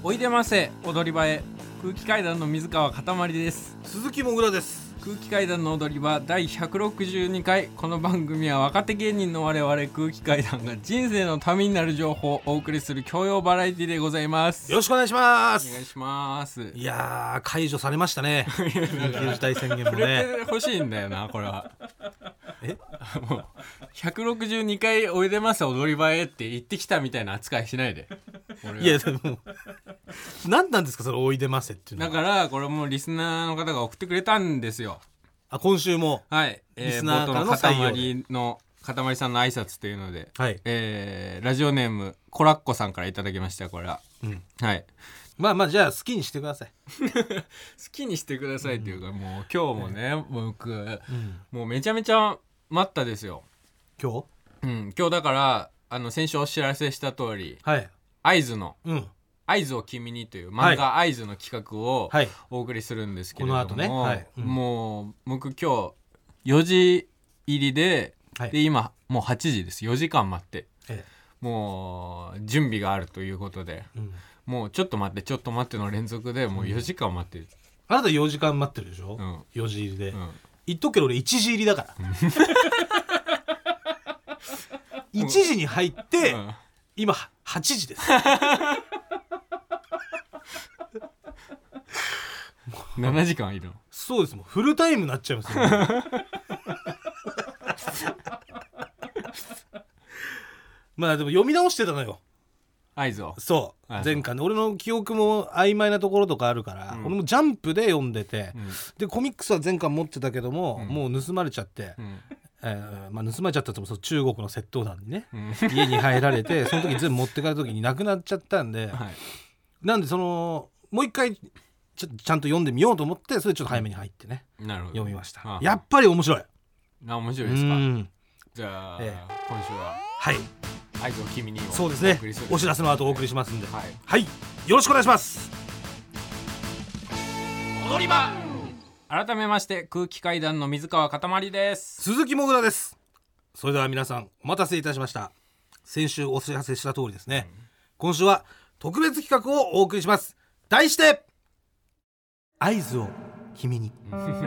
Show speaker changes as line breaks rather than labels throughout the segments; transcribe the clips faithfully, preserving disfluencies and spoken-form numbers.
おいでませ踊り場へ。空気階段の水川かたまりです。
鈴木もぐらです。
空気階段の踊り場だいひゃくろくじゅうにかい。この番組は若手芸人の我々空気階段が人生のためになる情報をお送りする教養バラエティでございます。
よろしくお願いします。
お願いします。
いやー解除されましたね緊急事態宣言もね。
触れて欲しいんだよなこれは。えもうひゃくろくじゅうにかいおいでます踊り場へって言ってきたみたいな扱いしないで。
いやでも何なんですかそれおいでますっていうのは。
だからこれもリスナーの方が送ってくれたんですよ。
あ今週も
はい、えー、
リスナーからの
かた
採用で
まりのかたまりさんの挨拶というので、
はい、
えー、ラジオネームコラッコさんからいただきました。これは、うん、はい。
まあまあじゃあ好きにしてください
好きにしてくださいっていうか、うん、もう今日もね、うん、僕、うん、もうめちゃめちゃ待ったですよ
今日。
うん、今日だからあの先週お知らせした通り、
はい、
合図の、
うん
合図を君にという漫画合図の企画をお送りするんですけれども、はいこの後ね、はいうん、もう僕今日よじ入り で,、はい、で今もうはちじです。よじかん待って、ええ、もう準備があるということで、うん、もうちょっと待ってちょっと待っての連続でもうよじかん待ってる、うん、
あなたよじかん待ってるでしょ、うん、よじ入りで、うん、言っとくけど俺いちじ入りだからいちじに入って、うん、今はちじです
ななじかんいるの。
そうです。もうフルタイムになっちゃいますよ、ね、まあでも読み直してたのよ
合図を。
そう前回ね俺の記憶も曖昧なところとかあるから、うん、俺もジャンプで読んでて、うん、でコミックスは前回持ってたけども、うん、もう盗まれちゃって、うんえーまあ、盗まれちゃったってもそう中国の窃盗団にね、うん、家に入られてその時に全部持って帰る時になくなっちゃったんで、はい、なんでそのもう一回ちょっとちゃんと読んでみようと思ってそれちょっと早めに入ってね、うん、なるほど読みました。ああやっぱり面白い。
あ面白いですか。じゃあ、ええ、今週は
はい
合図を君にを
そうですねお知らせの後お送りしますんで、はい、はい、よろしくお願いします。
踊り場。改めまして空気階段の水川かたまりです。
鈴木もぐらです。それでは皆さんお待たせいたしました。先週お知らせした通りですね、うん、今週は特別企画をお送りします。題して合図を君にイ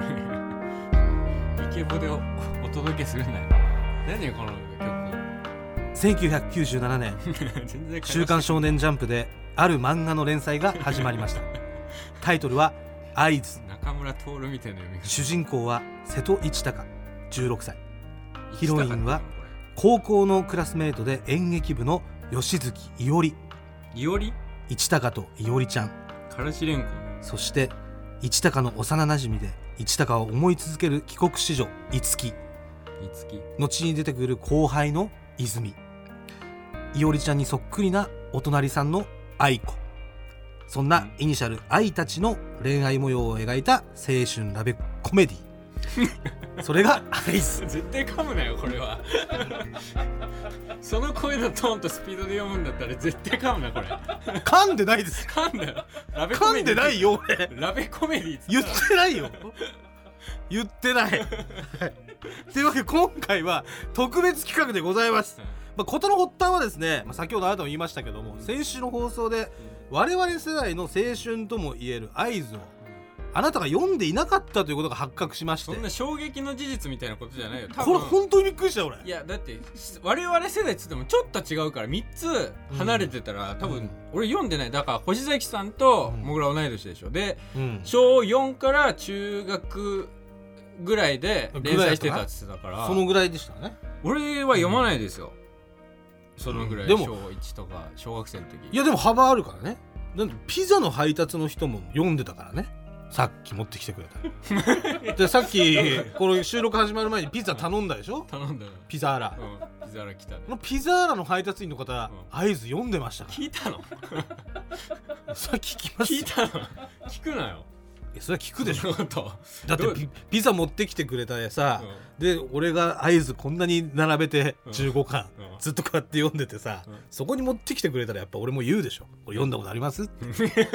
ケボで お, お届けするんだよ。何この曲。
せんきゅうひゃくきゅうじゅうななねん週刊少年ジャンプである漫画の連載が始まりましたタイトルは合図。
中村徹みたいな読み方。
主人公は瀬戸一孝じゅうろくさい。ヒロインは高校のクラスメートで演劇部の吉月伊織。
伊織
一孝と伊織ちゃん。
からしれんこ。
そして一孝の幼なじみで一孝を思い続ける帰国子女五木。後に出てくる後輩の泉。伊織ちゃんにそっくりなお隣さんの愛子。そんなイニシャル愛たちの恋愛模様を描いた青春ラブコメディそれが合図。
絶対噛むなよこれはその声のトーンとスピードで読むんだったら絶対噛むなこれ
噛んでないです。
噛んだよ。
ラベコメディ噛んでないよ俺。
ラベコメディ
言ってないよ言ってないというわけで今回は特別企画でございます、まあ、事の発端はですね、まあ、先ほどあなたも言いましたけども、先週の放送で我々世代の青春とも言える合図をあなたが読んでいなかったということが発覚しまして。
そんな衝撃の事実みたいなことじゃないよ。
これ本当にびっくりした俺。
いやだって我々世代っつってもちょっと違うからみっつ離れてたら、うん、多分俺読んでない。だから星崎さんともぐら同い年でしょ。で、うん、しょうよんから中学ぐらいで連載してたって言ってたから、
そのぐらいでしたね。
俺は読まないですよ、うん、そのぐらい。でもしょういちとか小学生の時。
いやでも幅あるからね。なんでピザの配達の人も読んでたからね。さっき持ってきてくれたでさっきこの収録始まる前にピザ頼んだでしょ。
頼んだよ。
ピザーラ、
うん、ピザーラ来たね。
このピザーラの配達員の方、うん、合図読んでましたから。
聞いたの
さっき聞きます。
聞いたの聞くなよ。
それは聞くでしょだって ピ, ピザ持ってきてくれたでさ、うん、で俺が合図こんなに並べてじゅうごかん、うん、ずっとこうやって読んでてさ、うん、そこに持ってきてくれたらやっぱ俺も言うでしょ。これ読んだことありますって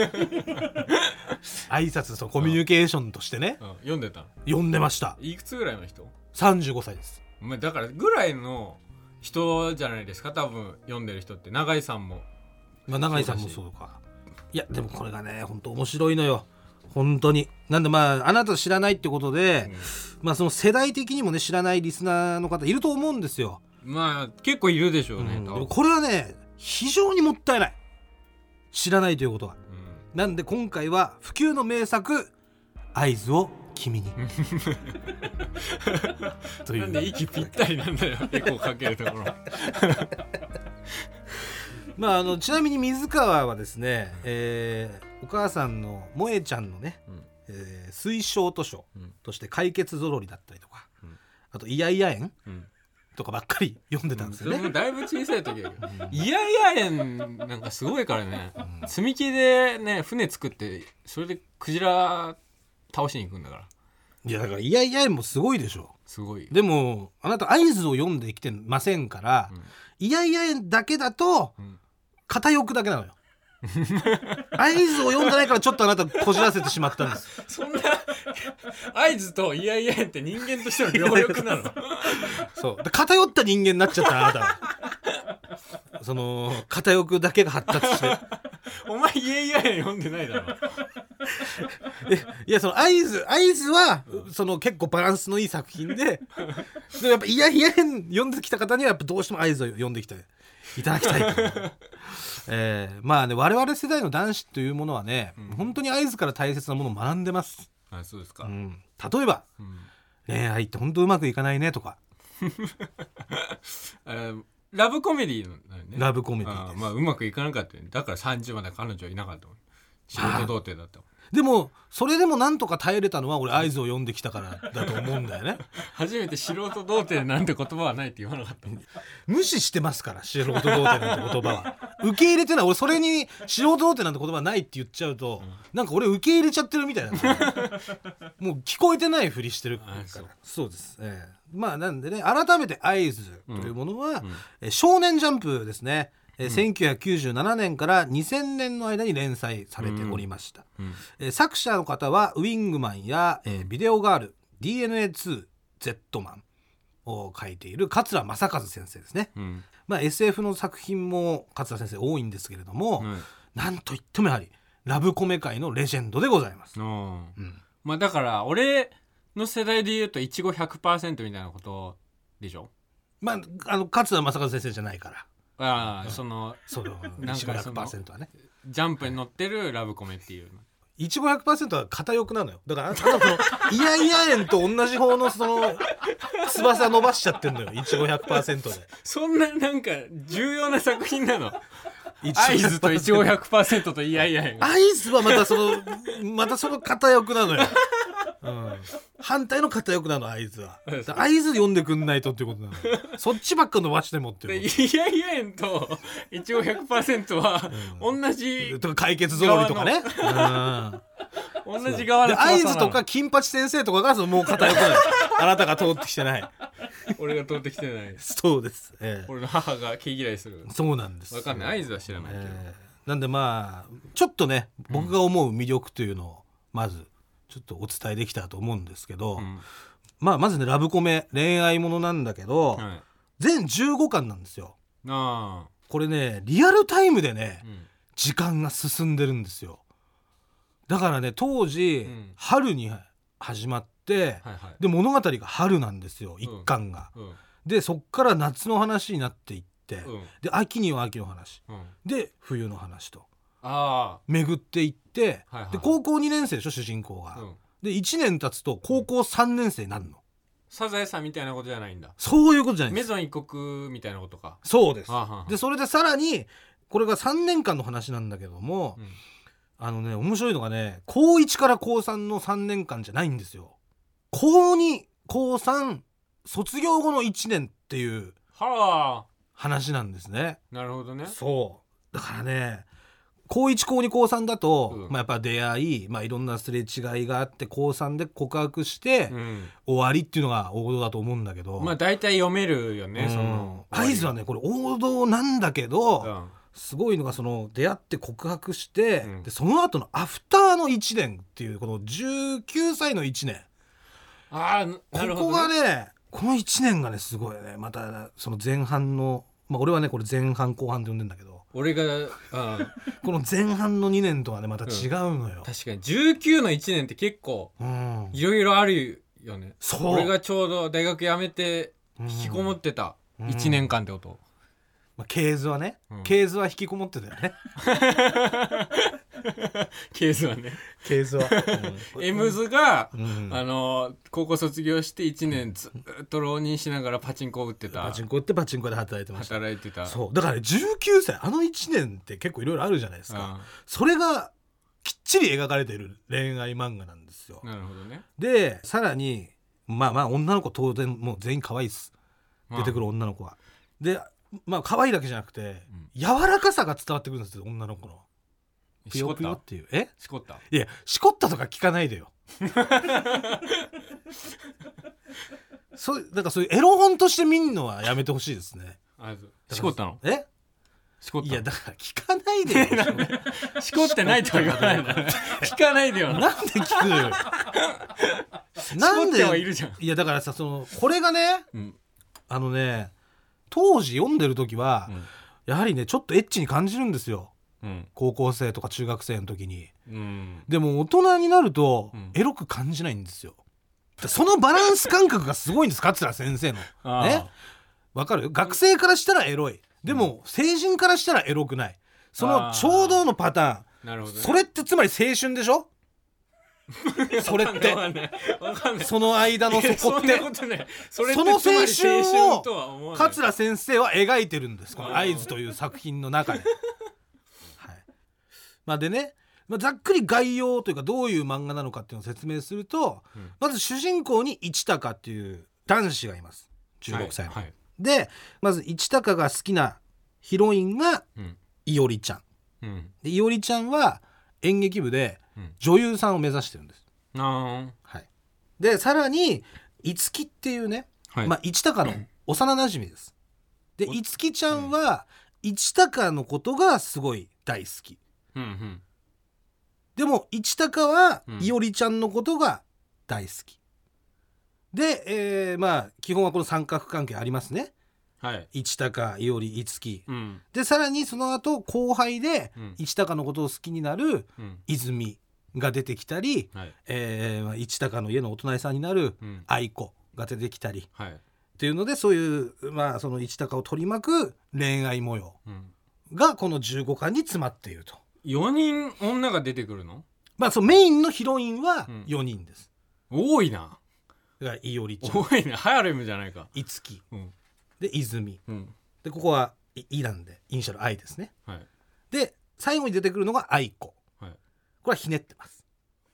挨拶とコミュニケーションとしてね、
うんうん、読んでた。
読んでました。
いくつぐらいの人？
さんじゅうごさいです。
お前だからぐらいの人じゃないですか多分読んでる人って。永井さんも、
まあ、永井さんもそうか。 いやでもこれがね本当面白いのよ本当に。なんでまああなた知らないってことで、うん、まあその世代的にもね知らないリスナーの方いると思うんですよ。
まあ結構いるでしょうね、うん、
でもこれはね非常にもったいない知らないということは、うん、なんで今回は不朽の名作合図を君に
というなんで息ぴったりなんだよエコーかけるところ
まあ、あのちなみに水川はですね、えー、お母さんの萌えちゃんのね、うんえー、推奨図書として解決ぞろりだったりとか、うん、あとイヤイヤ園、うん、とかばっかり読んでたんですよね、
うん、それもだいぶ小さい時だけど、うん、イヤイヤ園なんかすごいからね、うん、積み木でね船作ってそれでクジラ倒しに行くんだから。
いやだからイヤイヤ園もすごいでしょ。
すごい。
でもあなた合図を読んできてませんから、うん、イヤイヤ園だけだと、うん片欲だけなのよ合図を読んでないからちょっとあなたこじらせてしまったんです。
そんな合図といやいやって人間としての両力なの
そう偏った人間になっちゃったあなたはその片欲だけが発達して
お前いやいや読んでないだろ
いやその合図合図は、うん、その結構バランスのいい作品ででもやっぱいやいや読んできた方にはやっぱどうしても合図を読んできていただきたいとえー、まあね我々世代の男子というものはね、うん、本当に合図から大切なものを学んでます。
あそうですか、
うん、例えば、うん、恋愛って本当うまくいかないねとか
ラブコメディーの、ね、
ラブコメディーです。
あまあうまくいかなかった、ね、だからさんじゅうまで彼女はいなかったもん仕事童貞だったもん。
でもそれでもなんとか耐えれたのは俺合図を読んできたからだと思うんだよね
初めて素人童貞なんて言葉はないって言わなかった
無視してますから素人童貞なんて言葉は受け入れてない。俺それに素人童貞なんて言葉はないって言っちゃうと、うん、なんか俺受け入れちゃってるみたいなもう聞こえてないふりしてるから。そうそうです、えー、まあなんでね改めて合図というものは、うんうん、少年ジャンプですね。えーうん、せんきゅうひゃくきゅうじゅうななねんからにせんねんの間に連載されておりました、うんうんえー、作者の方はウィングマンや、えー、ビデオガール ディーエヌエーツーゼット マンを書いている桂正和先生ですね、うんまあ、エスエフ の作品も桂先生多いんですけれども、うん、なんといってもやはりラブコメ界のレジェンドでございます、うん
まあ、だから俺の世代で言うといちご ひゃくパーセント みたいなことでしょ。
まああの桂正和先生じゃないから
ああ、うん、その
そのなんかその ひゃくパーセント はね
ジャンプに乗ってるラブコメっていう
いちご ひゃくパーセント は片欲なのよ。だからあなたのイヤイヤ園と同じ方のその翼伸ばしちゃってんのよいちご ひゃくパーセント で。
そんななんか重要な作品なの合図といちご ひゃくパーセント とイヤイヤ園。
合図はまたそのまたその片欲なのようん、反対の片欲なの合図は。合図読んでくんないとっていうことなのそっちばっか伸ばしてもっていうこと。
いやいや園といちご ひゃくパーセント は同じ、
うん、解決ぞろりとかね、
うん、同じ側の
合図とか金八先生とかがそのもう片欲なのあなたが通ってきてない
俺が通ってきてない
そうです、えー、
俺の母が毛嫌いする。
そうなんです。
分かんない合図は知らないけど、
えー、なんでまあちょっとね僕が思う魅力というのをまずちょっとお伝えできたと思うんですけど、うん、まあまずねラブコメ恋愛ものなんだけど、はい、全じゅうごかんなんですよ。あこれねリアルタイムでね、うん、時間が進んでるんですよ。だからね当時、うん、春に始まって、はいはい、で物語が春なんですよ一巻が、うんうん、でそっから夏の話になっていって、うん、で秋には秋の話、うん、で冬の話とあ巡っていって、はいはい、で高校にねん生でしょ主人公が、うん、でいちねん経つと高校さんねん生になるの。
サザエさんみたいなことじゃないんだ。
そういうことじゃないんです。
メゾン一国みたいなことか。
そうです。
はあはあ、
でそれでさらにこれがさんねんかんの話なんだけども、うん、あのね面白いのがね高いちから高さんのさんねんかんじゃないんですよ。高に高さん卒業後のいちねんっていう話なんですね。
なるほどね。
そうだからね高いち高に高さんだと、うんまあ、やっぱ出会い、まあ、いろんなすれ違いがあって高さんで告白して、うん、終わりっていうのが王道だと思うんだけど、
まあ大体読めるよね、うん、その
合図はねこれ王道なんだけど、うん、すごいのがその出会って告白して、うん、でその後のアフターのいちねんっていうこのじゅうきゅうさいのいちねん
あなるほど、ね、
ここがねこのいちねんがねすごいねまたその前半の、まあ、俺はねこれ前半後半って呼んでんだけど
俺が、うん、
この前半のにねんとはねまた違うのよ、
うん、確かにじゅうきゅうのいちねんって結構いろいろあるよね。そう俺がちょうど大学辞めて引きこもってたいちねんかんってこと、うん
まあ、ケーズはね、うん、ケーズは引きこもってたよね
ケーズはね
ケーズは、
うん、エムズが、うん、あの高校卒業していちねんずっと浪人しながらパチンコを打ってた。
パチンコ打ってパチンコで働いてました。
働いてた。
そうだから、ね、じゅうきゅうさいあのいちねんって結構いろいろあるじゃないですか。それがきっちり描かれている恋愛漫画なんですよ。
なるほどね。
でさらにまあまあ女の子当然もう全員可愛いです。出てくる女の子は。でまあ可愛いだけじゃなくて、うん、柔らかさが伝わってくるんですよ女の子の。ピヨピヨっていうえ
しこった
いやしこったとか聞かないでよそうなんかそういうエロ本として見んのはやめてほしいですね。
あしこったの
え
しこった
いやだから聞かないでよ
しこってないとは言わないの聞かないでよな。
なんで聞く
なんでしこってはいるじゃん。
いやだからさそのこれがね、うん、あのね当時読んでる時は、うん、やはりねちょっとエッチに感じるんですよ、うん、高校生とか中学生の時に、うん、でも大人になると、うん、エロく感じないんですよ。そのバランス感覚がすごいんです桂先生のね。わかる？学生からしたらエロいでも、うん、成人からしたらエロくないそのちょうどのパターン。なるほどね、それってつまり青春でしょそれってその間のそこってその青春を桂先生は描いてるんです。この合図という作品の中で、はい、まあでね、まあ、ざっくり概要というかどういう漫画なのかっていうのを説明すると、うん、まず主人公に一高っていう男子がいますじゅうろくさいの、はいはい、でまず一高が好きなヒロインが、うん、いおりちゃん、うん、でいおりちゃんは演劇部で女優さんを目指してるんです、うんはい、でさらにいつきっていうね、はいまあ、一高の幼なじみです。でいつきちゃんは一高のことがすごい大好き、うんうん、でも一高はいおりちゃんのことが大好き、うん、で、えー、まあ基本はこの三角関係ありますね、はい、一高いおりいつき、うん、でさらにその後後輩で一高のことを好きになる泉が出てきたり、はいえー、一高の家のお隣さんになる愛子が出てきたり、はい、っていうのでそういう、まあ、その一高を取り巻く恋愛模様がこのじゅうごかんに詰まっていると。
よにん女が出てくるの？
まあ、そうメインのヒロインはよにんです、
うん、多いな。
がいおりちゃん
多いなハレムじゃないか。
いつき、うんで泉、うん、でここは「い」なんでイニシャル「I」ですね、はい、で最後に出てくるのが愛子、はい、これはひねってます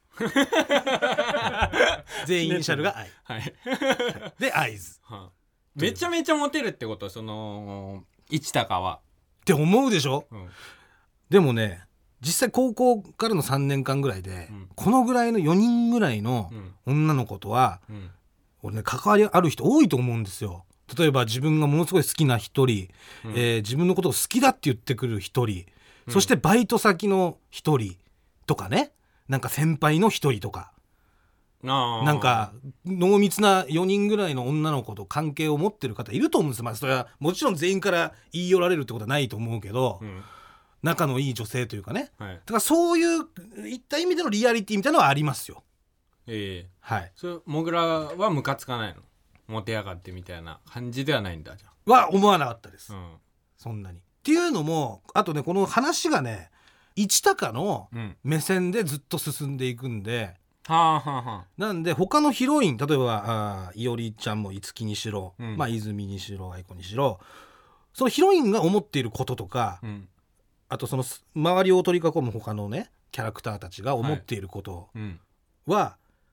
全員イニシャルが「I」、はい、で「合図」はあ、
めちゃめちゃモテるってことその一高は
って思うでしょ、うん、でもね実際高校からのさんねんかんぐらいで、うん、このぐらいのよにんぐらいの女の子とは、うん、俺ね関わりある人多いと思うんですよ。例えば自分がものすごい好きな一人、うんえー、自分のことを好きだって言ってくる一人、うん、そしてバイト先の一人とかねなんか先輩の一人とかなんか濃密なよにんぐらいの女の子と関係を持ってる方いると思うんですよ。まあ、それはもちろん全員から言い寄られるってことはないと思うけど、うん、仲のいい女性というかね、はい、だからそういういった意味でのリアリティみたいなのはありますよ。
ええー、はい。それモグラはムカつかないの？モテやがってみたいな感じではないんだじゃ
あは思わなかったです、うん、そんなにっていうのもあとねこの話がね一高の目線でずっと進んでいくんで、うん、はあはあはあ、なんで他のヒロイン例えばあいおりちゃんもいつきにしろ、うんまあ、泉にしろ愛子にしろそのヒロインが思っていることとか、うん、あとその周りを取り囲む他のねキャラクターたちが思っていることは、はい、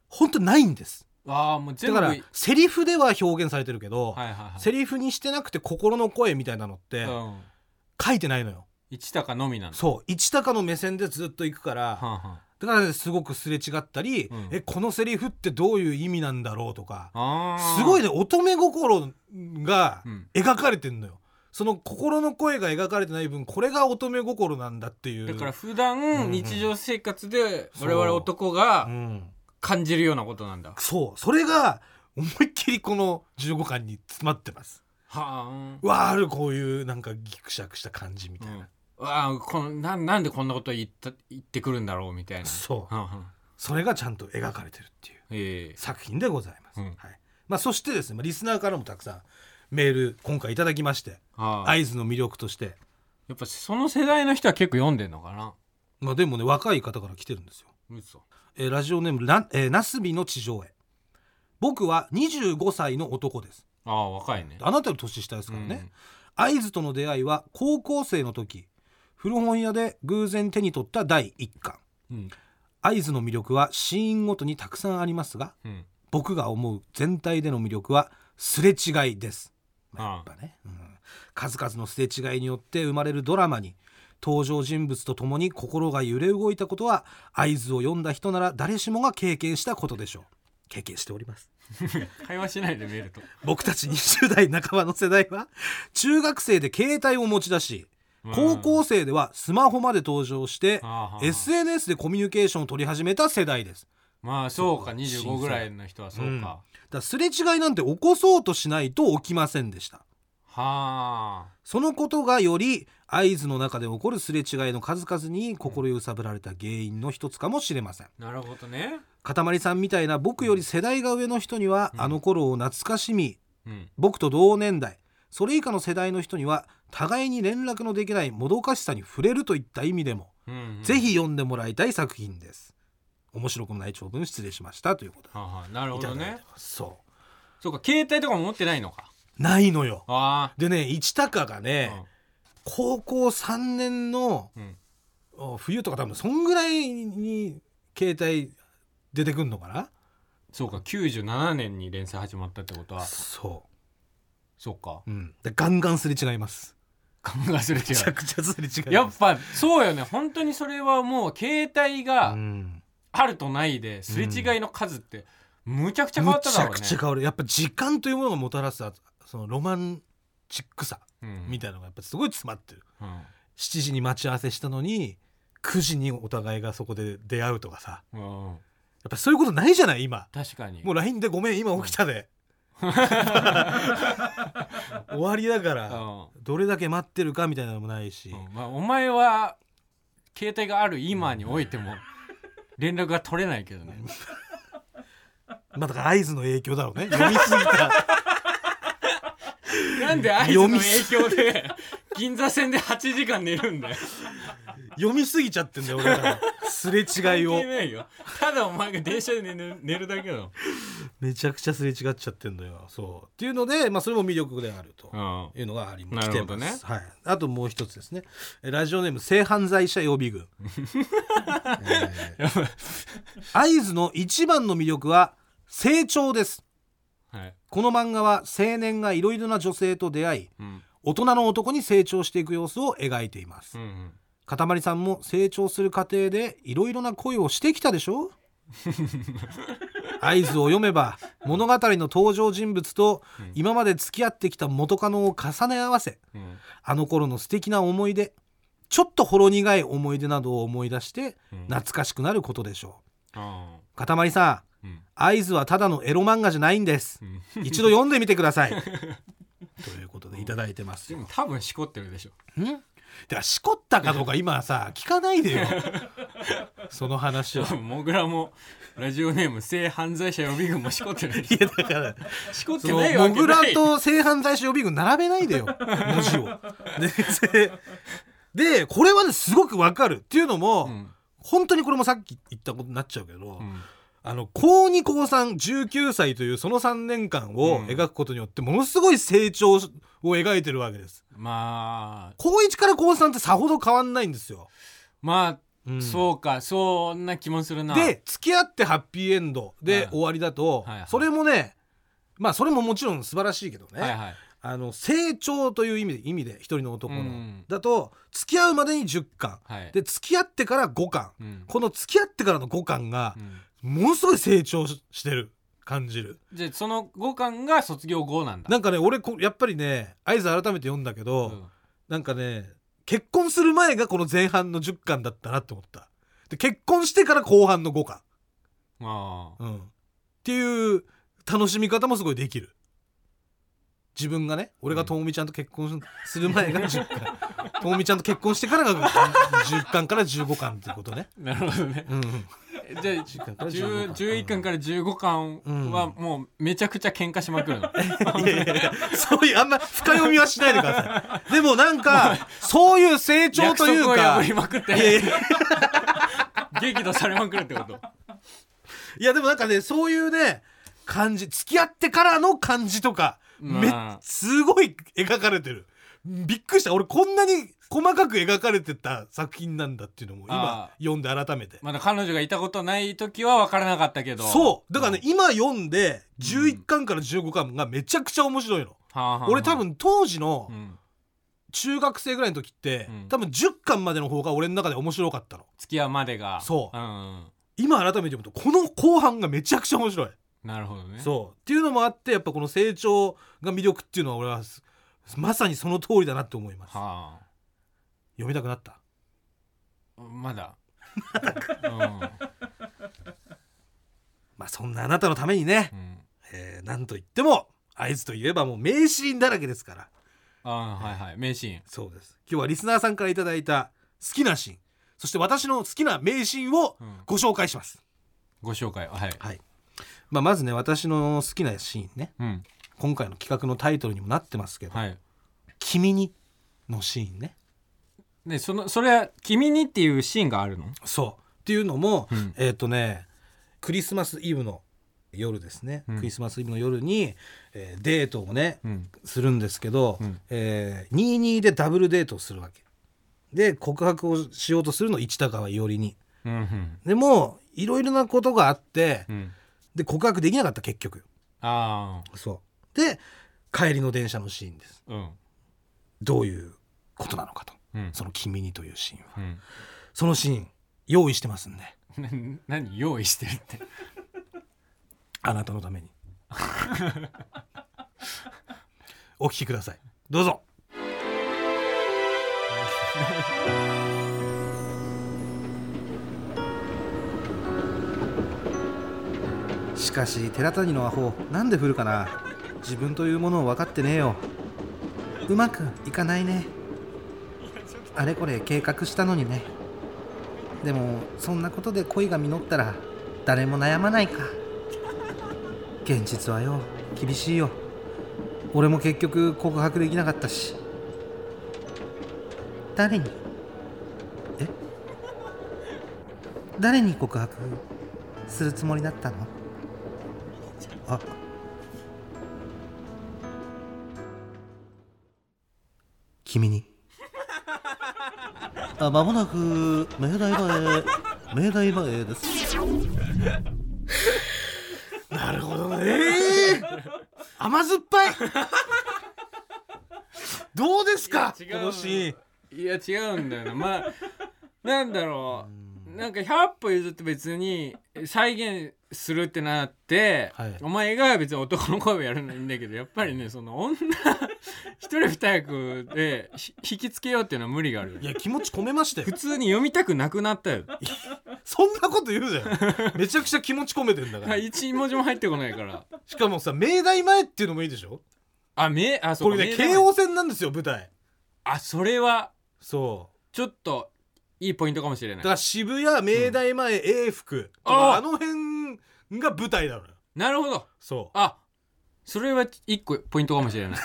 本当ないんです。
あもう全部
だからセリフでは表現されてるけど、はいはいはい、セリフにしてなくて心の声みたいなのって、うん、書いてないのよ。
一高のみなんだ。
そう一高の目線でずっと行くから、はあはあ、だから、ね、すごくすれ違ったり、うん、えこのセリフってどういう意味なんだろうとかすごいね乙女心が描かれてんのよ、うん、その心の声が描かれてない分これが乙女心なんだっていう。
だから普段日常生活で我々男が、うんうん感じるようなことなんだ。
そうそれが思いっきりこのじゅうごかんに詰まってます。はあ、わあるこういうなんかギクシャクした感じみたいな、うん、
あこの な, なんでこんなこと言った言ってくるんだろうみたいな。
そう、
うんうん、
それがちゃんと描かれてるっていう作品でございます、うんはいまあ、そしてですねリスナーからもたくさんメール今回いただきまして、会津の魅力として
やっぱその世代の人は結構読んでんのかな。
まあでもね若い方から来てるんですよ。
嘘。
えー、ラジオネームな、えー、なすびの地上絵。僕はにじゅうごさいの男です。
ああ若いね。
あなたより年下ですからね、うん、会津との出会いは高校生の時古本屋で偶然手に取っただいいっかん、うん、会津の魅力はシーンごとにたくさんありますが、うん、僕が思う全体での魅力はすれ違いです、まあ、やっぱね、うん、数々のすれ違いによって生まれるドラマに登場人物と共に心が揺れ動いたことは会津を読んだ人なら誰しもが経験したことでしょう。経験しております
会話しないで見ると
僕たちにじゅう代半ばの世代は中学生で携帯を持ち出し、高校生ではスマホまで登場して、うん、エスエヌエス でコミュニケーションを取り始めた世代です。
まあそうか、にじゅうごぐらいの人はそうか、うん、だか
らすれ違いなんて起こそうとしないと起きませんでした。
はあ。
そのことがより会津の中で起こるすれ違いの数々に心揺さぶられた原因の一つかもしれません。
なるほどね。
かたまりさんみたいな僕より世代が上の人には、うん、あの頃を懐かしみ、うん、僕と同年代それ以下の世代の人には互いに連絡のできないもどかしさに触れるといった意味でも、うんうん、ぜひ読んでもらいたい作品です。面白くもない長文失礼しましたということで、
はあはあ、なるほどね。
そう
そうか、携帯とかも持ってないのか。
ないのよ。
あ
でね市高がね、うん、高校さんねんの、うん、冬とか多分そんぐらいに携帯出てくんのかな。
そうか、きゅうじゅうななねんに連載始まったってことは
そう
そうか、
うん、でガンガンすれ違います。
ガンガンすれ違う。
めちゃくちゃすれ違います。
やっぱそうよね。本当にそれはもう携帯があるとないですれ違いの数ってむちゃくちゃ変わっただろうね。
むちゃくちゃ変わる。やっぱ時間というものがもたらすそのロマンチックさみたいなのがやっぱすごい詰まってる、うん、しちじに待ち合わせしたのにくじにお互いがそこで出会うとかさ、うん、やっぱそういうことないじゃない今。
確かに。
もう ライン でごめん今起きたで、うん、終わりだから、うん、どれだけ待ってるかみたいなのもないし、
うんまあ、お前は携帯がある今においても連絡が取れないけどね
まあだから合図の影響だろうね。読みすぎた
なんで合図の影響で銀座線ではちじかん寝るんだよ
読みすぎちゃってんだよ俺らすれ違いを。
関係ないよ。ただお前が電車で寝る、寝るだけだろ。
めちゃくちゃすれ違っちゃってんだよ。そうっていうので、まあ、それも魅力であるというのがあります。
なるほどね。
はい、あともう一つですね、ラジオネーム性犯罪者予備軍えー、会津の一番の魅力は成長です、はい、この漫画は青年がいろいろな女性と出会い、うん、大人の男に成長していく様子を描いています、うんうん、かたまりさんも成長する過程でいろいろな恋をしてきたでしょ合図を読めば物語の登場人物と今まで付き合ってきた元カノを重ね合わせ、うん、あの頃の素敵な思い出、ちょっとほろ苦い思い出などを思い出して懐かしくなることでしょう、うん、かたまりさん、うん、合図はただのエロ漫画じゃないんです、うん、一度読んでみてくださいということでいただいてます。
でも多分しこってるでしょ。
んだからしこったかどうか今さ聞かないでよその話を。
もぐらもラジオネーム性犯罪者予備軍もしこってる。
いやだから
しこってないわけない。
もぐらと性犯罪者予備軍並べないでよ文字を。で, でこれはねすごくわかるっていうのも、うん、本当にこれもさっき言ったことになっちゃうけど、うん、あの高に高さんじゅうきゅうさいというそのさんねんかんを描くことによってものすごい成長を描いてるわけです。
まあ
高いちから高さんってさほど変わんないんですよ。
まあ、うん、そうか、そんな気もするな。
で付き合ってハッピーエンドで終わりだと、はいはいはい、それもねまあそれももちろん素晴らしいけどね、はいはい、あの成長という意味で意味で一人の男の、うん、だと付き合うまでにじゅっかん、はい、で付き合ってからごかん、うん、この付き合ってからのごかんが、うん、ものすごい成長してる感じる。
じゃあそのごかんが卒業後なんだ。
なんかね俺やっぱりね合図改めて読んだけど、うん、なんかね結婚する前がこの前半のじゅっかんだったなって思った。で結婚してから後半のごかん、あ、うん、っていう楽しみ方もすごいできる。 自分がね俺がともみちゃんと結婚する前がじゅっかんともみちゃんと結婚してからがじゅっかんからじゅうごかんっていうことね。
なるほどね、うん、じゃあじゅういっかんからじゅうごかんはもうめちゃくちゃ喧嘩しまくるの、
うん、いやいやいやそういうあんま深読みはしないでください。でもなんかそういう成長というか
約束を破りまくっていやいや激怒されまくるってこと。
いやでもなんかねそういうね感じ付き合ってからの感じとか、まあ、めすごい描かれてる。びっくりした。俺こんなに細かく描かれてた作品なんだっていうのも今読んで改めて。
まだ彼女がいたことない時は分からなかったけど。
そうだからね、うん、今読んでじゅういっかんからじゅうごかんがめちゃくちゃ面白いの、うん、俺多分当時の中学生ぐらいの時って、うん、多分じゅっかんまでの方が俺の中で面白かったの。
付き合うまでが。
そう、
うん、
今改めて読むとこの後半がめちゃくちゃ面白い。
なるほどね。
そうっていうのもあってやっぱこの成長が魅力っていうのは俺はまさにその通りだなって思います、はあ、読みたくなった？
まだ、
うん、まあそんなあなたのためにね、うんえー、なんといっても会津といえばもう名シーンだらけですから。
あ、はいはい、名シーン。
そうです。今日はリスナーさんからいただいた好きなシーン、そして私の好きな名シーンをご紹介します、
うん、ご紹介。はい、
はい。まあ、まずね私の好きなシーンね、うん、今回の企画のタイトルにもなってますけど、はい、君にのシーンね。
でそのそれは君にっていうシーンがあるの？
そうっていうのも、うん、えっ、ー、とねクリスマスイブの夜ですね、うん、クリスマスイブの夜に、えー、デートをね、うん、するんですけど、うんえー、にじゅうにでダブルデートをするわけで告白をしようとするの市高は伊織に、うんうん、でもいろいろなことがあって、うんで告白できなかった結局。ああ。そうで帰りの電車のシーンです、うん、どういうことなのかと、うん、その君にというシーンは、うん、そのシーン用意してますんで。
何用意してるって
あなたのためにお聞きくださいどうぞ。しかし寺谷のアホなんで振るかな。自分というものを分かってねえよ。うまくいかないね。あれこれ計画したのにね。でもそんなことで恋が実ったら誰も悩まないか。現実はよ厳しいよ。俺も結局告白できなかったし。誰にえ誰に告白するつもりだったの？あ君にあ間もなく明大前明大前です。なるほどね甘酸っぱいどうですかこのシー
ン。いや違うんだよな。まあなんだろうなんかひゃっぽ譲って別に再現するってなって、はい、お前が別に男の声をやるのいいんだけどやっぱりねその女一人二役で引きつけようっていうのは無理がある。
いや気持ち込めましたよ。
普通に読みたくなくなったよ。
そんなこと言うじゃん。めちゃくちゃ気持ち込めてんだから。
一文字も入ってこないから。
しかもさ明大前っていうのもいいでしょ。
あめあそう
これね京王線なんですよ舞台。
あそれは
そう
ちょっといいポイントかもしれない。
だから渋谷明大前、うん、永福とか あ, あの辺が舞台だろ。
なるほど。
そう
あそれは一個ポイントかもしれない。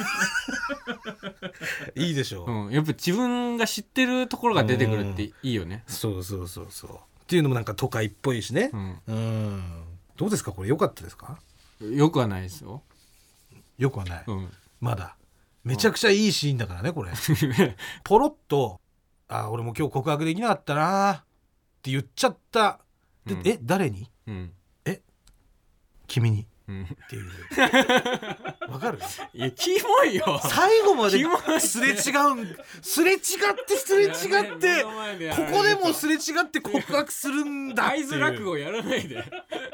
いいでしょう、
うん、やっぱ自分が知ってるところが出てくるっていいよね。
そうそうそうそうっていうのもなんか都会っぽいしね、うん、うんどうですかこれ良かったですか？
よくはないですよ。
よくはない、うん、まだめちゃくちゃいいシーンだからねこれ。ポロッとあ俺も今日告白できなかったなって言っちゃったで、うん、え誰に、うん、え君に、うん、っていうわかる？
いやキモいよ。
最後まですれ違うんすれ違ってすれ違ってここでもすれ違って告白するんだっていう。
合図落語やらないで。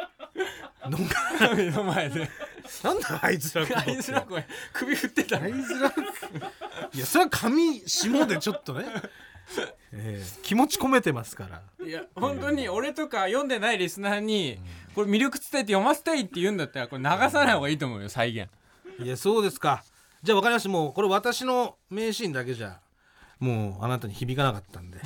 目の前でなんだ合図落語って合図落
語首振ってた。
合図落語いやそれは上下でちょっとねえー、気持ち込めてますから。
いや本当に俺とか読んでないリスナーにこれ魅力伝えて読ませたいって言うんだったらこれ流さない方がいいと思うよ再現。
いやそうですか。 じゃあ分かりました。もうこれ私の名シーンだけじゃもうあなたに響かなかったんで、はい、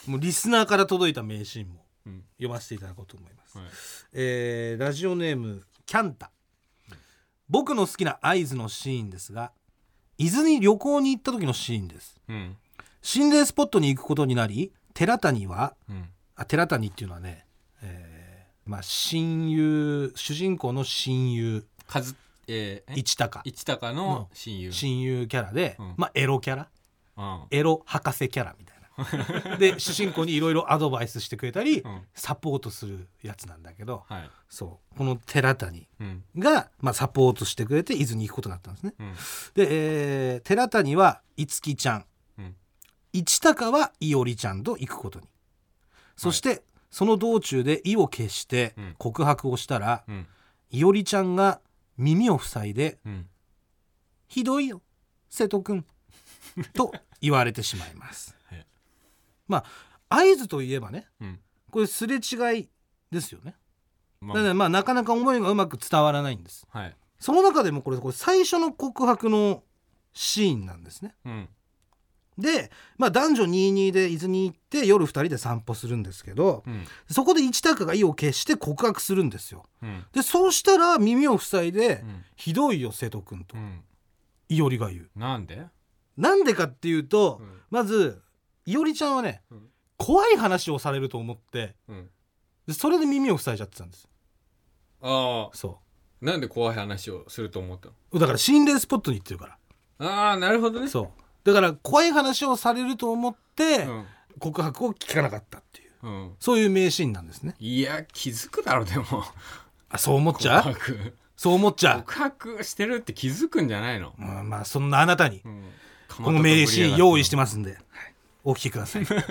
もうリスナーから届いた名シーンも読ませていただこうと思います、はい。えー、ラジオネームキャンタ、うん、僕の好きな合図のシーンですが、伊豆に旅行に行った時のシーンです、うん、心霊スポットに行くことになり、寺谷は、うん、あ寺谷っていうのはね、えーまあ、親友、主人公の親友
かず、えー、
市高
市高の親友、
親友キャラで、うん、まあ、エロキャラ、うん、エロ博士キャラみたいなで主人公にいろいろアドバイスしてくれたり、うん、サポートするやつなんだけど、はい、そうこの寺谷が、うんまあ、サポートしてくれて伊豆に行くことになったんですね、うん、で、えー、寺谷は樹ちゃん、うん、市高はいおりちゃんと行くことに。そして、はい、その道中で意を決して告白をしたら、うん、いおりちゃんが耳を塞いで、うん、ひどいよ瀬戸くんと言われてしまいますまあ合図といえばね、うん、これすれ違いですよね、まあ、だからまあなかなか思いがうまく伝わらないんです、はい、その中でもこれ、これ最初の告白のシーンなんですね、うん、で、まあ、男女にじゅうにで伊豆に行って夜ふたりで散歩するんですけど、うん、そこで市高が意を決して告白するんですよ、うん、でそうしたら耳を塞いで、うん、ひどいよ瀬戸くんと、うん、いおりが言う。
なんで
なんでかっていうと、うん、まずいおりちゃんはね、うん、怖い話をされると思って、うん、でそれで耳を塞いじゃってたんです。
ああ、
そう
なんで怖い話をすると思った
の？だから心霊スポットに行ってるから。
ああ、なるほどね。
そうだから怖い話をされると思って、うん、告白を聞かなかったっていう、うん、そういう名シーンなんですね。
いや気づくだろでも
あ、そう思っちゃう？告白そう思っちゃう。
告白してるって気づくんじゃないの？
うん、まあそんなあなたに、うん、この名シーン用意してますんで、はい、お聞きくださいこの曲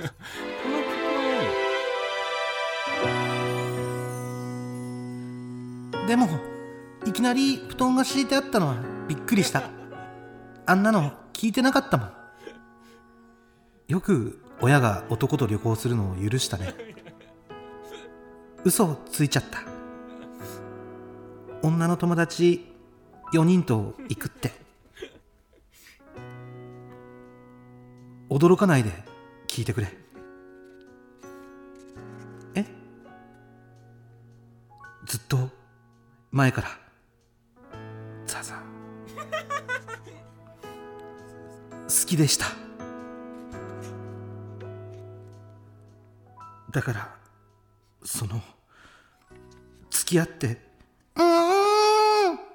でもいきなり布団が敷いてあったのはびっくりした。あんなの聞いてなかったもん。よく親が男と旅行するのを許したね。嘘をついちゃった。女の友達よにんと行くって。驚かないで聞いてくれ。え？ずっと前からザザ好きでした。だからその付き合ってうーんう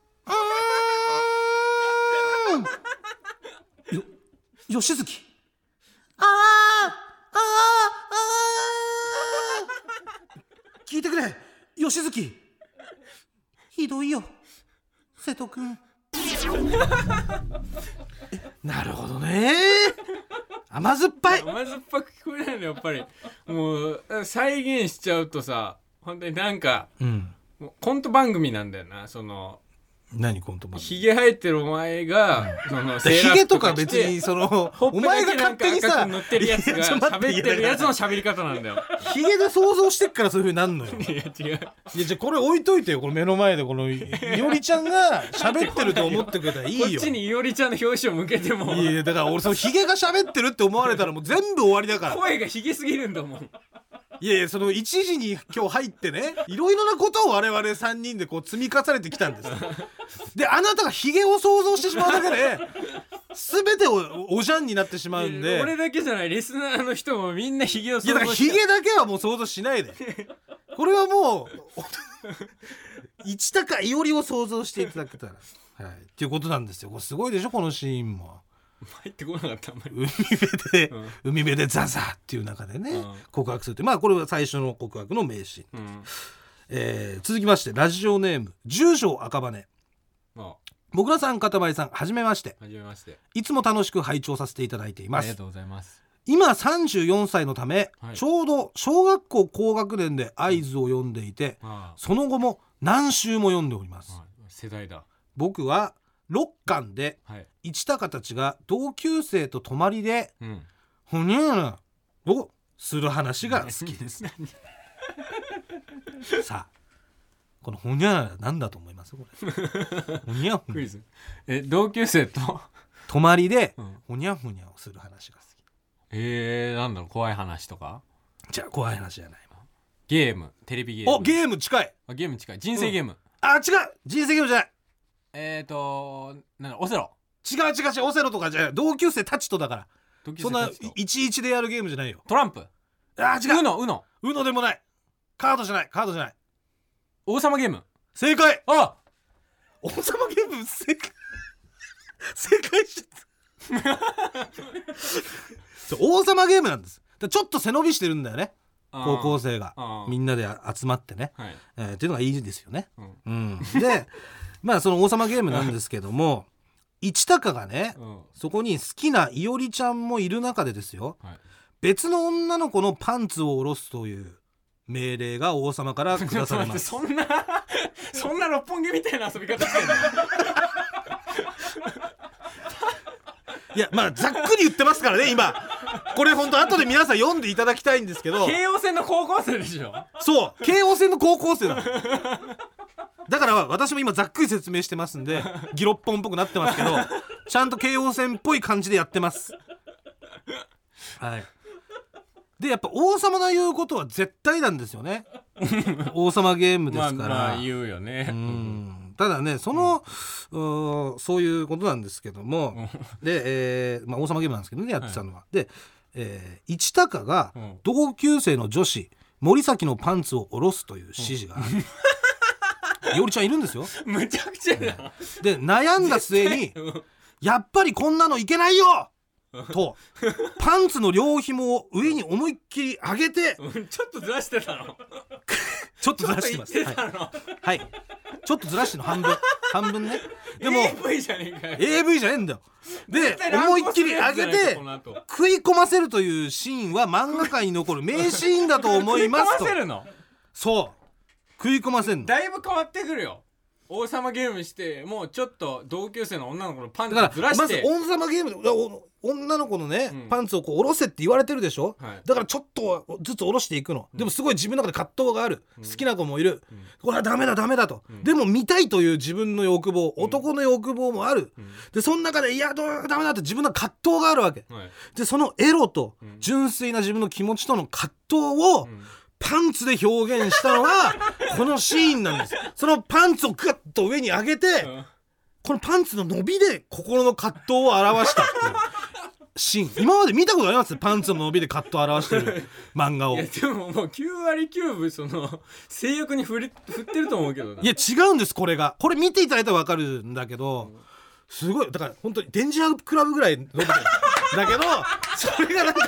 ーんよ吉月あーあーあー聞いてくれ吉月ひどいよ瀬戸くんなるほどね甘酸っぱい
甘酸っぱく聞こえないのやっぱりもう再現しちゃうとさ本当になんか、うん、もうコント番組なんだよな。その
何コント番組
ひげ生えてるお前が、
うん、そのひげとか別にそのお前が勝手にさ
乗ってるやつが喋ってるやつの喋り方なんだよ。
ひげで想像してっからそういう風になんのよ。いや違う。いやじゃあこれ置いといてよ。この目の前でこのいおりちゃんが喋ってると思ってくれたらいいよ。
こっちにいおりちゃんの表紙を向けても。
いやだから俺そのひげが喋ってるって思われたらもう全部終わりだから。
声がひげすぎるんだもん。
いやいやその一時に今日入ってねいろいろなことを我々さんにんでこう積み重ねてきたんです。であなたがヒゲを想像してしまうだけで全てをおじゃんになってしまうんで。
俺だけじゃないリスナーの人もみんなヒゲを想像して。いやだから
ヒゲだけはもう想像しないでこれはもう市高いおりを想像していただけたらはいっていうことなんですよ。これすごいでしょこのシーンも。
入ってこなかったんまり
海辺で、うん、海辺でザザっていう中でね、うん、告白するってまあこれは最初の告白の名シーン、うんえー、続きましてラジオネーム十条赤羽。もぐらさんかたまりさんはじめまして。
はじめまして。
いつも楽しく拝聴させていただいています。あ
りがとうございます。
今さんじゅうよんさいのため、はい、ちょうど小学校高学年で合図を読んでいて、うん、その後も何週も読んでおります。
世代だ。
僕はろっかんで、はい、市高たちが同級生と泊まりで、うん、ほにゃーをする話が好きですさあこのほにゃなんだと思いますこれほにゃほにゃ
クイズえ同級生と
泊まりでほにゃほにゃをする話が好き。
えー、なんだろう怖い話とか。
じゃあ怖い話じゃない。
ゲームテレビゲーム。
おゲーム近い。
あゲーム近い。人生ゲーム、うん、
あ違う人生ゲームじゃない。
えーとなんだオセロ。
違う違う違うオセロとかじゃない。同級生たちとだから。そんないちいちでやるゲームじゃないよ。
トランプ。
あ違う。
ウノウノ
ウノでもない。カードじゃないカードじゃない。
王様ゲーム。
正解。
あ
王様ゲーム正解正解しちゃった王様ゲームなんです。ちょっと背伸びしてるんだよね高校生がみんなで集まってね、はいえー、っていうのがいいですよね、うんうん、でまあその王様ゲームなんですけども一高がね、うん、そこに好きないおりちゃんもいる中でですよ、はい、別の女の子のパンツを下ろすという命令が王様から下されます
そんなそんな六本木みたいな遊び方してるの
いやまあざっくり言ってますからね今これ本当後で皆さん読んでいただきたいんですけど
京王線の高校生でしょ。
そう京王線の高校生だだから私も今ざっくり説明してますんでギロッポンっぽくなってますけどちゃんと京王線っぽい感じでやってますはいでやっぱ王様が言うことは絶対なんですよね王様ゲームですから、まあ、
まあ言うよね。
うんただねその、うん、そういうことなんですけどもで、えーまあ、王様ゲームなんですけどねやってたのは、はい、で、えー、一高が同級生の女子森崎のパンツを下ろすという指示があるいおりちゃんいるんですよ
むちゃくちゃだ、
うん、で悩んだ末にやっぱりこんなのいけないよとパンツの両紐を上に思いっきり上げて
ちょっとずらしてたの
ちょっとずらしてます。はい、はい、ちょっとずらしての半分半分ね。でも
エーブイ じゃねえかよ。
エーブイ じゃねえんだよ。で思いっきり上げて食い込ませるというシーンは漫画界に残る名シーンだと思いますと。
食い込ませるの。
そう食い込ませるの。
だいぶ変わってくるよ。王様ゲームしてもうちょっと同級生の女の子のパンツをずらして、
まず王様ゲームで女の子のね、うん、パンツをこう下ろせって言われてるでしょ、はい、だからちょっとずつ下ろしていくの、うん、でもすごい自分の中で葛藤がある、うん、好きな子もいる、うん、これはダメだダメだと、うん、でも見たいという自分の欲望、うん、男の欲望もある、うん、でその中でいやどうダメだって自分の葛藤があるわけ、はい、でそのエロと純粋な自分の気持ちとの葛藤を、うんパンツで表現したのがこのシーンなんです。そのパンツをグッと上に上げて、うん、このパンツの伸びで心の葛藤を表したっていうシーン今まで見たことあります？パンツの伸びで葛藤を表してる漫画を。いや
でももうきゅうわりきゅうぶその性欲に振り振ってると思うけどな。
いや違うんですこれがこれ見ていただいたら分かるんだけど、うん、すごいだから本当にデンジャークラブぐらい伸びてるだけどそれがなんか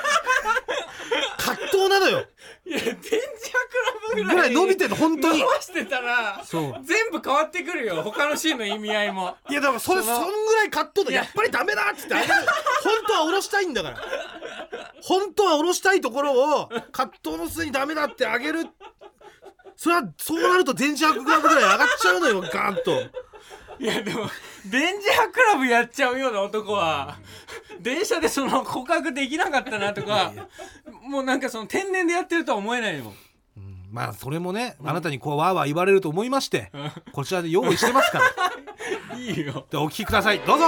葛藤なのよ。
いやデンジャークラブぐらい
伸びてるの本当に
伸ばしてたらそう全部変わってくるよ他のシーンの意味合いも。
いやだからそれそんぐらい葛藤でやっぱりダメだっつって本当は下ろしたいんだから本当は下ろしたいところを葛藤の末にダメだってあげる。それはそうなるとデンジャークラブぐらい上がっちゃうのよガーンと。
いやでもデンジャークラブやっちゃうような男は電車でその告白できなかったなとかもうなんかその天然でやってるとは思えないもん、
うん、まあそれもね、うん、あなたにこうわーわー言われると思いまして、うん、こちらで用意してますから
いいよ。
でお聞きくださいどうぞ。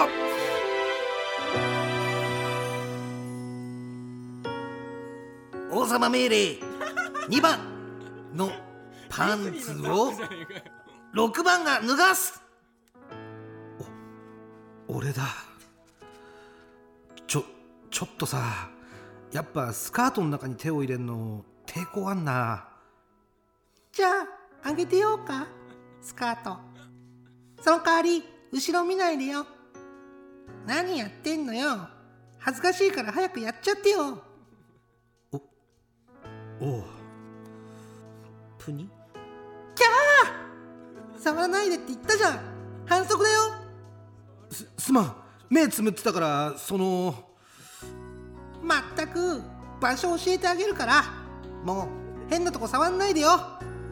王様命令にばんのパンツをろくばんが脱がす。お俺だ。ちょちょっとさやっぱスカートの中に手を入れんの抵抗あんな。
じゃああげてようかスカート。その代わり後ろ見ないでよ。何やってんのよ。恥ずかしいから早くやっちゃってよ。
おおう
プニキャー触らないでって言ったじゃん。反則だよ。
すすまん目つむってたからその
まったく場所教えてあげるからもう変なとこ触んないでよ。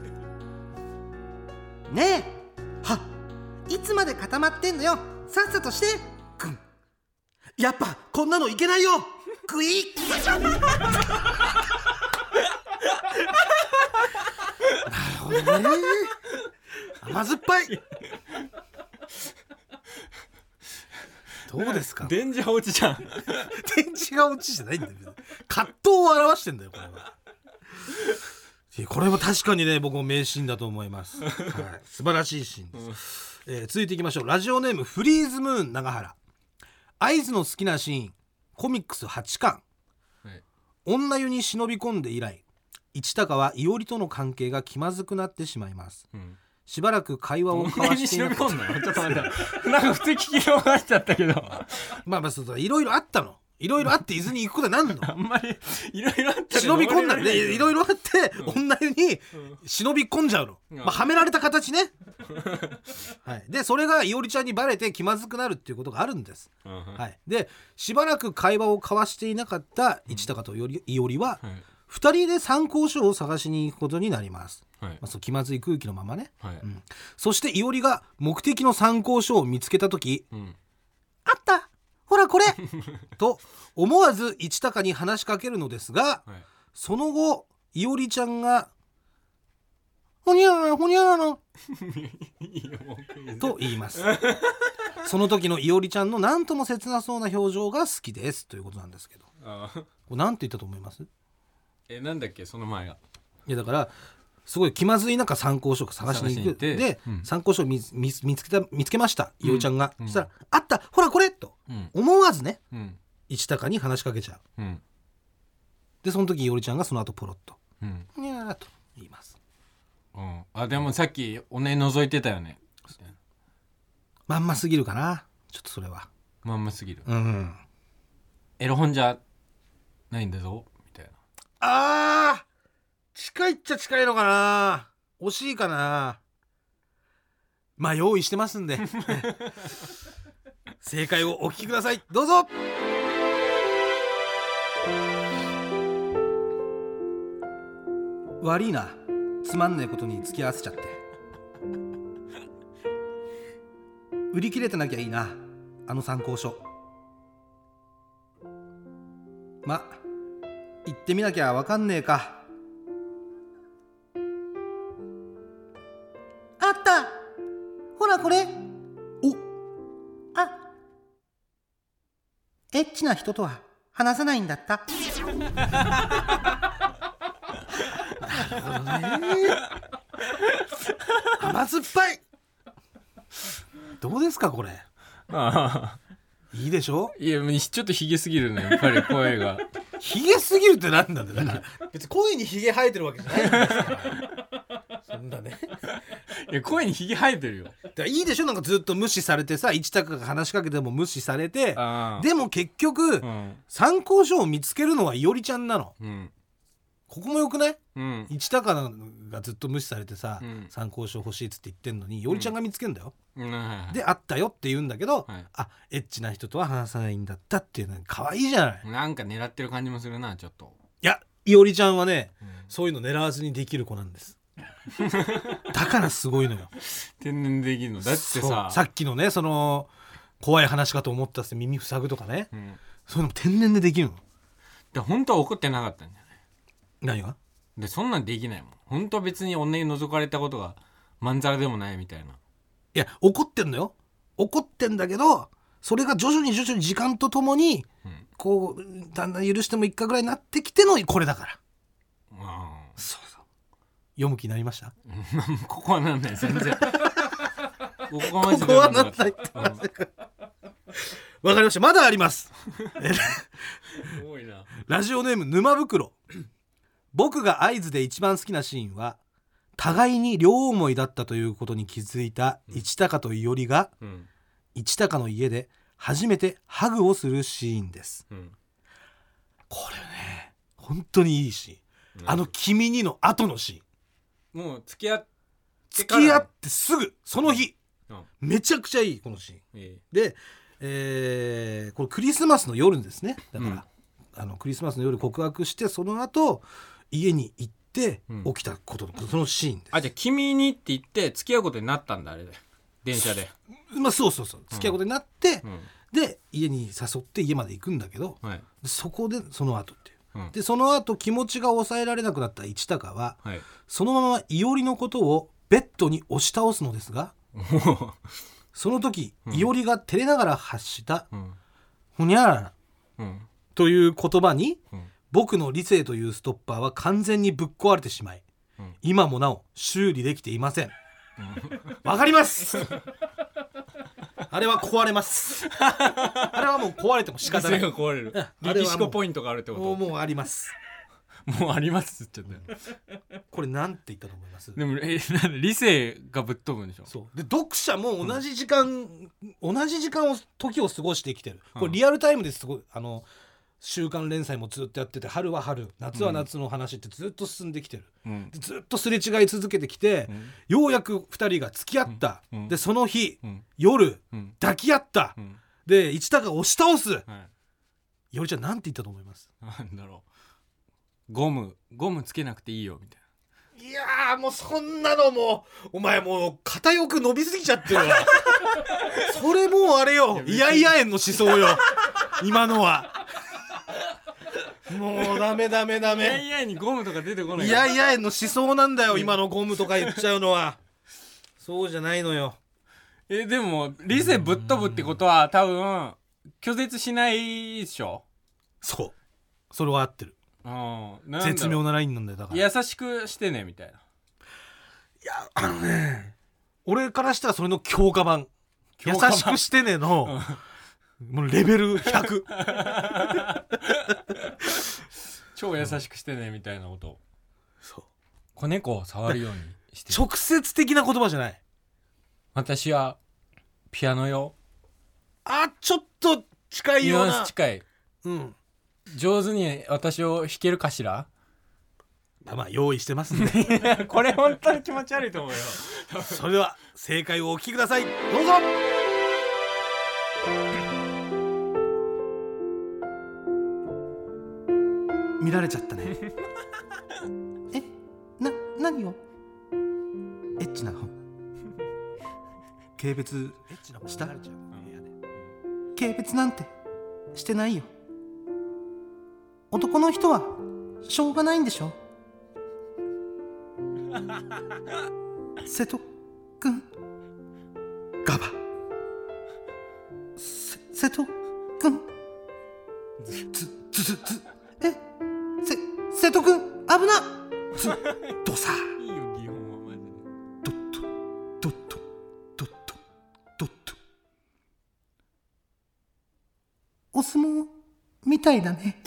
ねえはいつまで固まってんのよ。さっさとして。
くんやっぱこんなのいけないよクイッなるほどね甘酸っぱいどうですか。
電磁波落ちじゃん
電磁波落ちじゃないんだよ。葛藤を表してんだよこれは。これも確かにね僕も名シーンだと思います、はい、素晴らしいシーンです、うんえー、続いていきましょう。ラジオネームフリーズムーン長原。会津の好きなシーンコミックスはちかん、はい、女湯に忍び込んで以来市高はいおりとの関係が気まずくなってしまいます、うん、しばらく会話を交わしていなかった。
女湯に忍び込んだのちょっと待ってなんか普通に聞き逃しちゃったけど
まあまあそういろいろあったの。いろいろあって伊豆に行くことになるの。
あんまりいろいろあった
忍び込んだでいろいろあって、うん、女湯に忍び込んじゃうの、うんまあ、はめられた形ね、はい、でそれがいおりちゃんにバレて気まずくなるっていうことがあるんです、うんはい、でしばらく会話を交わしていなかった市高といおりは、うんはい、ふたりで参考書を探しに行くことになります、はいまあ、そう気まずい空気のままね、はいうん、そしていおりが目的の参考書を見つけた時、うん、あったほらこれと思わず市高に話しかけるのですが、はい、その後いおりちゃんがほにゃららほにゃららと言いますその時のいおりちゃんのなんとも切なそうな表情が好きですということなんですけど、あこれなんて言ったと思います？
えなんだっけその前が。
いやだからすごい気まずい中参考書を探しに行くで、うん、参考書を 見, 見, 見, つけた見つけましたいおりちゃんが、うん、そしたら、うん、あったほらこれと、うん、思わずね、うん、市高に話しかけちゃう、うん、でその時いおりちゃんがその後ポロッと、うん、にゃーと言います、
うん、あでもさっきおね覗いてたよね。
まんますぎるかなちょっとそれは
まんますぎる、
うん、
エロ本じゃないんだぞみたいな。
あー近いっちゃ近いのかな惜しいかな。まあ用意してますんで正解をお聞きくださいどうぞ。悪いなつまんねえことに付き合わせちゃって売り切れてなきゃいいなあの参考書。ま行ってみなきゃわかんねえか。
あったほらこれ。
お
あエッチな人とは話さないんだった。
甘酸っぱい。どうですかこれ。
ああ
いいでしょ。
いやちょっとヒゲすぎるねやっぱり声が
ヒゲすぎるってなんなんだよ。だから別に声にヒゲ生えてるわけじゃないんですからそんなね
いや声にヒゲ生えてるよ。
だからいいでしょなんかずっと無視されてさ市高が話しかけても無視されてでも結局、うん、参考書を見つけるのはいおりちゃんなの、うん、ここもよくない、うん、市高がずっと無視されてさ、うん、参考書欲しいっつって言ってんのにいおりちゃんが見つけんだよ、うん、であったよって言うんだけど、はい、あエッチな人とは話さないんだったっていうの可愛いじゃない。
なんか狙ってる感じもするなちょっと。
いやいおりちゃんはね、うん、そういうの狙わずにできる子なんですだからすごいのよ
天然できるのだってさ
さっきのねその怖い話かと思ったって耳塞ぐとかね、うん、そういうのも天然でできるの。
で本当は怒ってなかったんじゃ
ない。何が
でそんなんできないもん。本当は別に女に覗かれたことがまんざらでもないみたいな。
いや怒ってんのよ怒ってんだけどそれが徐々に徐々に時間とともに、うん、こうだんだん許してもいっかぐらいになってきてのこれだから、うん、そうそう読む気になりました。
ここはなんない全然ここはマジで
ここはなんないってわ、うん、かりました。まだあります
すごいな。
ラジオネーム沼袋僕が会津で一番好きなシーンは互いに両思いだったということに気づいた市高といおりが、うん、市高の家で初めてハグをするシーンです、うん、これね本当にいいシーン、うん、あの君にの後のシ
ーンもう付き合って
から付き合ってすぐその日、うん、めちゃくちゃいいこのシーン、えー、で、えー、これクリスマスの夜ですねだから、うん、あのクリスマスの夜告白してその後家に行って起きたことの、うん、そのシーンです。
あじゃあ君にって言って付き合うことになったんだあれで電車で。
まあそうそうそう付き合うことになって、うん、で家に誘って家まで行くんだけど、はい、そこでその後っていう、うん、でその後気持ちが抑えられなくなった市高は、はい、そのままいおりのことをベッドに押し倒すのですがその時、うん、いおりが照れながら発した「うん、ほにゃらら」うん、という言葉に、うん、僕の理性というストッパーは完全にぶっ壊れてしまい、うん、今もなお修理できていません。わ、うん、かりますあれは壊れますあれはもう壊れても仕方ない。
理性が壊れる。力士ポイントがあるってこと。
もう、もうあります
もうありますって言っちゃった。
これなんて言ったと思います？
でもえ理性がぶっ飛ぶんでしょ。
そうで読者も同じ時間、うん、同じ時間を時を過ごして生きてる。これリアルタイムですごい、あの週刊連載もずっとやってて、春は春夏は夏の話ってずっと進んできてる、うん、ずっとすれ違い続けてきて、うん、ようやくふたりが付き合った、うん、でその日、うん、夜、うん、抱き合った、うん、で一高押し倒す、はい、よりちゃんなんて言ったと思います？
なんだろう、ゴムゴムつけなくていいよみたいな。
いやーもうそんなのもうお前もう肩よく伸びすぎちゃってるわそれもうあれよ、イヤイヤ園の思想よ今のはもうダメダメダメ。
いやいやにゴムとか出てこない。
いやいやの思想なんだよ今のゴムとか言っちゃうのはそうじゃないのよ。
えでも理性ぶっ飛ぶってことは多分拒絶しないでしょ。
そうそれは合ってる。ああ絶妙なラインなんだよ。だから
優しくしてねみたいな。い
やあのね俺からしたらそれの強化版優しくしてねのもうレベルひゃく
超優しくしてねみたいなこと。そう子猫を触るようにして
直接的な言葉じゃない。
私はピアノよ。
あちょっと近いような。
ニュアンス近い。うん上手に私を弾けるかしら。
まあ用意してますね
これ本当に気持ち悪いと思うよ
それでは正解をお聞きください。どうぞ見られちゃったね
えな何を？
エッチな本軽蔑した？
軽蔑なんてしてないよ。男の人はしょうがないんでしょ瀬戸くん
ガバ
瀬戸くん
ずずずず
えせ瀬戸くん危な
ずどさ
いいよ擬音はマジで
ドットドットドットドット
お相撲みたいだね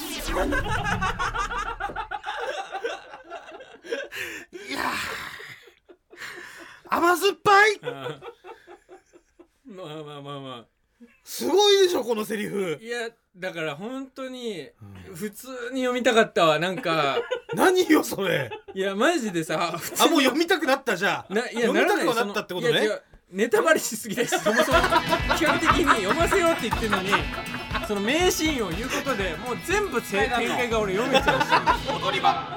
いや甘酸っぱい
まあまあまあまあ
すごいでしょこのセリフ。
いやだから本当に普通に読みたかったわ。なんか
何よそれ。
いやマジでさ
あもう読みたくなったじゃあ。ないや読みたくなったってことね。いや
ネタバレしすぎですそもそも基本的に読ませようって言ってるのにその名シーンを言うことでもう全部展開が俺読めちゃうし踊り場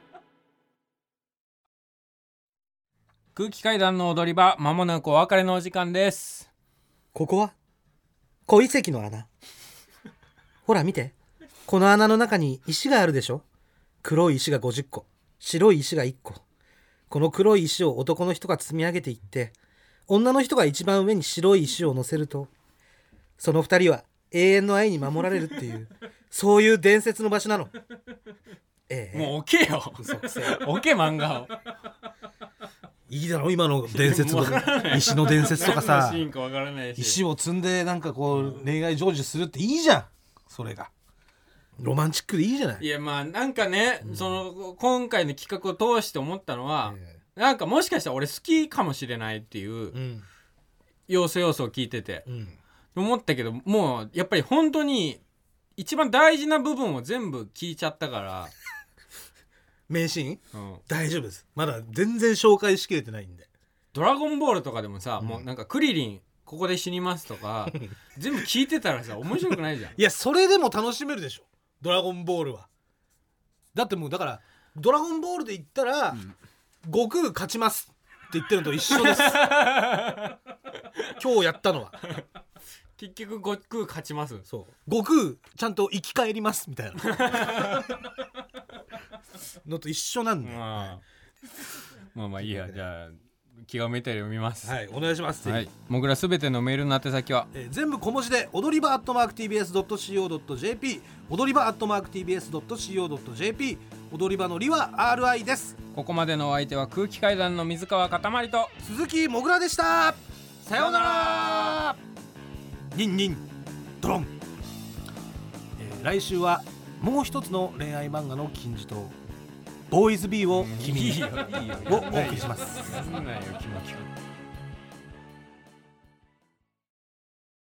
空気階段の踊り場まもなくお別れのお時間です。
ここは小遺跡の穴ほら見てこの穴の中に石があるでしょ。黒い石がごじゅっこ白い石がいっこ。この黒い石を男の人が積み上げていって女の人が一番上に白い石を乗せるとその二人は永遠の愛に守られるっていうそういう伝説の場所なの。
ええ、もう置けよ置け漫画を
いいだろ今の伝説の石の伝説とかさ
石
石を積んでなんかこう恋愛成就するっていいじゃん。それがロマンチックでいいじゃない。
いやまあなんかね、うん、その今回の企画を通して思ったのは、えー、なんかもしかしたら俺好きかもしれないっていう、うん、要素要素を聞いてて、うん、思ったけどもうやっぱり本当に一番大事な部分を全部聞いちゃったから
名シーン、うん、大丈夫です。まだ全然紹介しきれてないんで。
ドラゴンボールとかでもさ、うん、もうなんかクリリンここで死にますとか全部聞いてたらさ面白くないじゃん。
いやそれでも楽しめるでしょドラゴンボールは。だってもうだからドラゴンボールで言ったら、うん、悟空勝ちますって言ってるのと一緒です今日やったのは
結局悟空勝ちます。
そう悟空ちゃんと生き返りますみたいなのと一緒なんだよ、ね、
まあまあまあいいやじゃあ気が向いたら読みます。
はい、お願いします。
はい、もぐらすべてのメールの宛先は、
えー、全部小文字で踊り場アットマーク ティービーエスドットシーオードットジェーピー 踊り場アットマーク ティービーエスドットシーオードットジェーピー 踊り場のりは アールアイ です。
ここまでのお相手は空気階段の水川かたまりと
鈴木もぐらでした。さようなら。ニンニンドロン、えー、来週はもう一つの恋愛漫画の金字塔ボーイズビーを君にをお送りします。
なんなんよ気持ち悪い。